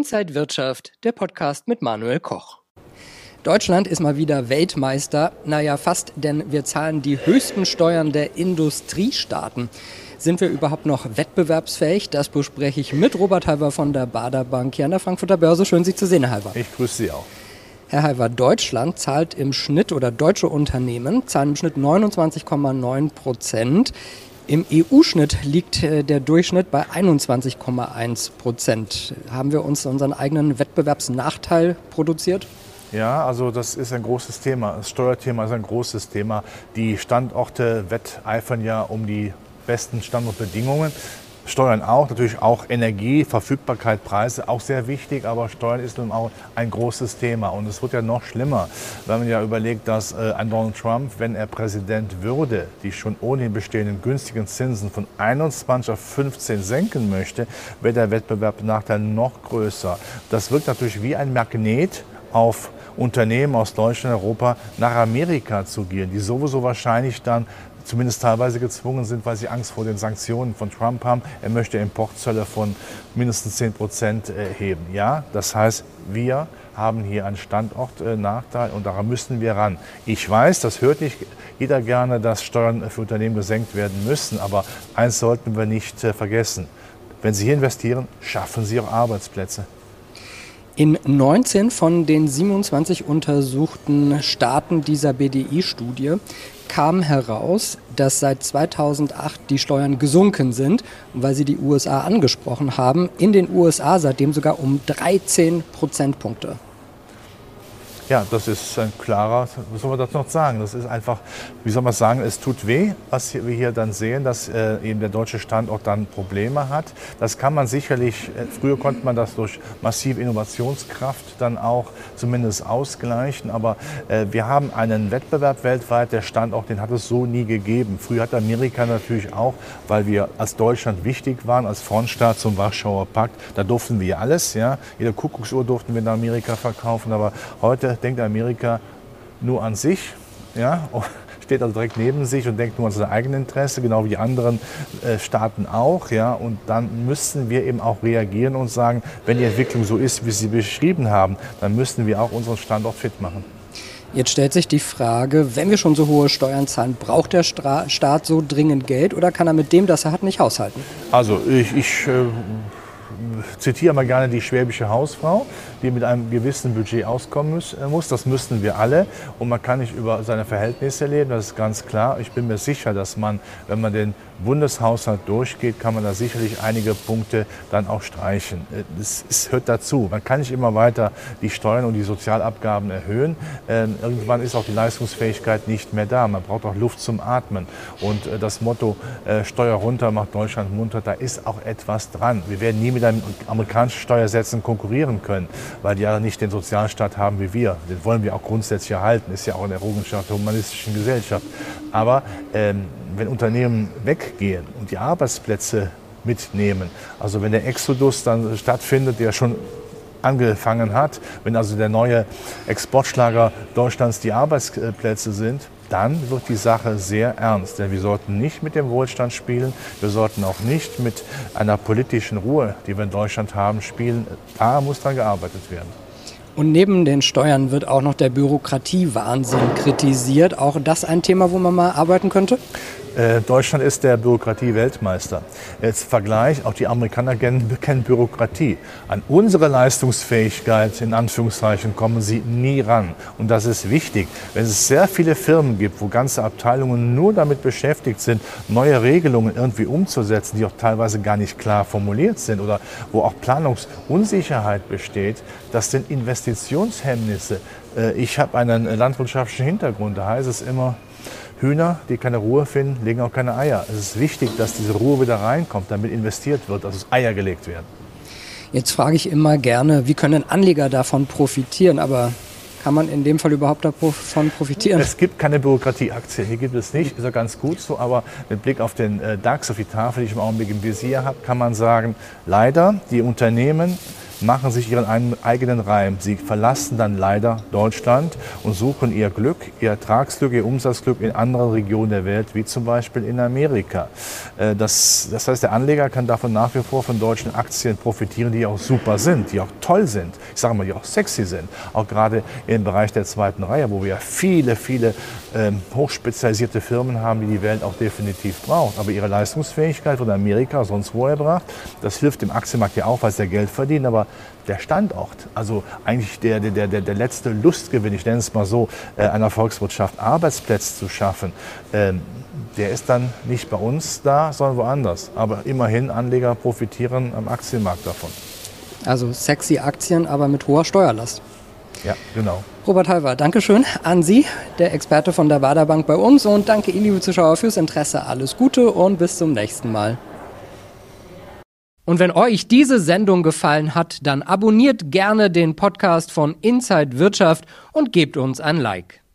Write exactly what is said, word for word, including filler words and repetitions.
Inside Wirtschaft, der Podcast mit Manuel Koch. Deutschland ist mal wieder Weltmeister. Naja, fast, denn wir zahlen die höchsten Steuern der Industriestaaten. Sind wir überhaupt noch wettbewerbsfähig? Das bespreche ich mit Robert Halver von der Baader Bank hier an der Frankfurter Börse. Schön, Sie zu sehen, Herr Halver. Ich grüße Sie auch. Herr Halver, Deutschland zahlt im Schnitt, oder deutsche Unternehmen zahlen im Schnitt neunundzwanzig Komma neun Prozent. Im E U-Schnitt liegt der Durchschnitt bei einundzwanzig Komma eins Prozent. Haben wir uns unseren eigenen Wettbewerbsnachteil produziert? Ja, also das ist ein großes Thema. Das Steuerthema ist ein großes Thema. Die Standorte wetteifern ja um die besten Standortbedingungen. Steuern auch, natürlich auch Energie, Verfügbarkeit, Preise, auch sehr wichtig, aber Steuern ist nun auch ein großes Thema. Und es wird ja noch schlimmer, wenn man ja überlegt, dass äh, ein Donald Trump, wenn er Präsident würde, die schon ohnehin bestehenden günstigen Zinsen von einundzwanzig auf fünfzehn senken möchte, wäre der Wettbewerbsnachteil noch größer. Das wirkt natürlich wie ein Magnet auf Unternehmen aus Deutschland, Europa nach Amerika zu gehen, die sowieso wahrscheinlich dann zumindest teilweise gezwungen sind, weil sie Angst vor den Sanktionen von Trump haben. Er möchte Importzölle von mindestens zehn Prozent heben. Ja, das heißt, wir haben hier einen Standortnachteil und daran müssen wir ran. Ich weiß, das hört nicht jeder gerne, dass Steuern für Unternehmen gesenkt werden müssen, aber eins sollten wir nicht vergessen. Wenn Sie hier investieren, schaffen Sie auch Arbeitsplätze. In neunzehn von den siebenundzwanzig untersuchten Staaten dieser B D I-Studie kam heraus, dass seit zweitausendacht die Steuern gesunken sind. Und weil Sie die U S A angesprochen haben, in den U S A seitdem sogar um dreizehn Prozentpunkte. Ja, das ist ein klarer, was soll man das noch sagen? Das ist einfach, wie soll man sagen, es tut weh, was wir hier dann sehen, dass äh, eben der deutsche Standort dann Probleme hat. Das kann man sicherlich, äh, früher konnte man das durch massive Innovationskraft dann auch zumindest ausgleichen. Aber äh, wir haben einen Wettbewerb weltweit, der Standort, den hat es so nie gegeben. Früher hat Amerika natürlich auch, weil wir als Deutschland wichtig waren, als Frontstaat zum Warschauer Pakt, da durften wir alles. Ja? Jede Kuckucksuhr durften wir in Amerika verkaufen, aber heute denkt Amerika nur an sich, ja, steht also direkt neben sich und denkt nur an sein eigenes Interesse, genau wie die anderen äh, Staaten auch. Ja, und dann müssen wir eben auch reagieren und sagen, wenn die Entwicklung so ist, wie Sie beschrieben haben, dann müssen wir auch unseren Standort fit machen. Jetzt stellt sich die Frage, wenn wir schon so hohe Steuern zahlen, braucht der Stra- Staat so dringend Geld oder kann er mit dem, das er hat, nicht haushalten? Also ich... ich äh, zitiere mal gerne die schwäbische Hausfrau, die mit einem gewissen Budget auskommen muss. Das müssten wir alle. Und man kann nicht über seine Verhältnisse leben, das ist ganz klar. Ich bin mir sicher, dass man, wenn man den Bundeshaushalt durchgeht, kann man da sicherlich einige Punkte dann auch streichen. Es, es hört dazu. Man kann nicht immer weiter die Steuern und die Sozialabgaben erhöhen. Ähm, irgendwann ist auch die Leistungsfähigkeit nicht mehr da. Man braucht auch Luft zum Atmen. Und äh, das Motto äh, Steuer runter macht Deutschland munter, da ist auch etwas dran. Wir werden nie mit einem amerikanischen Steuersätzen konkurrieren können, weil die ja nicht den Sozialstaat haben wie wir. Den wollen wir auch grundsätzlich erhalten. Ist ja auch eine Errungenschaft der humanistischen Gesellschaft. Aber ähm, wenn Unternehmen weggehen und die Arbeitsplätze mitnehmen, also wenn der Exodus dann stattfindet, der schon angefangen hat, wenn also der neue Exportschlager Deutschlands die Arbeitsplätze sind, dann wird die Sache sehr ernst. Denn wir sollten nicht mit dem Wohlstand spielen, wir sollten auch nicht mit einer politischen Ruhe, die wir in Deutschland haben, spielen. Da muss dran gearbeitet werden. Und neben den Steuern wird auch noch der Bürokratiewahnsinn kritisiert. Auch das ein Thema, wo man mal arbeiten könnte? Äh, Deutschland ist der Bürokratie-Weltmeister. Jetzt Vergleich, auch die Amerikaner kennen, kennen Bürokratie. An unsere Leistungsfähigkeit, in Anführungszeichen, kommen sie nie ran. Und das ist wichtig. Wenn es sehr viele Firmen gibt, wo ganze Abteilungen nur damit beschäftigt sind, neue Regelungen irgendwie umzusetzen, die auch teilweise gar nicht klar formuliert sind oder wo auch Planungsunsicherheit besteht, das sind Investitionshemmnisse. Äh, ich habe einen landwirtschaftlichen Hintergrund, da heißt es immer, Hühner, die keine Ruhe finden, legen auch keine Eier. Es ist wichtig, dass diese Ruhe wieder reinkommt, damit investiert wird, dass Eier gelegt werden. Jetzt frage ich immer gerne, wie können Anleger davon profitieren? Aber kann man in dem Fall überhaupt davon profitieren? Es gibt keine Bürokratieaktien, hier gibt es nicht, ist ja ganz gut so, aber mit Blick auf den DAX, auf die Tafel, die ich im Augenblick im Visier habe, kann man sagen, leider, die Unternehmen machen sich ihren eigenen Reim. Sie verlassen dann leider Deutschland und suchen ihr Glück, ihr Ertragsglück, ihr Umsatzglück in anderen Regionen der Welt, wie zum Beispiel in Amerika. Das, das heißt, der Anleger kann davon nach wie vor von deutschen Aktien profitieren, die auch super sind, die auch toll sind, ich sage mal, die auch sexy sind. Auch gerade im Bereich der zweiten Reihe, wo wir viele, viele ähm, hochspezialisierte Firmen haben, die die Welt auch definitiv braucht. Aber ihre Leistungsfähigkeit von Amerika, sonst wo erbracht, das hilft dem Aktienmarkt ja auch, weil sie Geld verdienen. Aber der Standort, also eigentlich der, der, der, der letzte Lustgewinn, ich nenne es mal so, äh, einer Volkswirtschaft, Arbeitsplätze zu schaffen, ähm, der ist dann nicht bei uns da, sondern woanders. Aber immerhin, Anleger profitieren am Aktienmarkt davon. Also sexy Aktien, aber mit hoher Steuerlast. Ja, genau. Robert Halver, Dankeschön an Sie, der Experte von der Baader Bank bei uns. Und danke Ihnen, liebe Zuschauer, fürs Interesse. Alles Gute und bis zum nächsten Mal. Und wenn euch diese Sendung gefallen hat, dann abonniert gerne den Podcast von Inside Wirtschaft und gebt uns ein Like.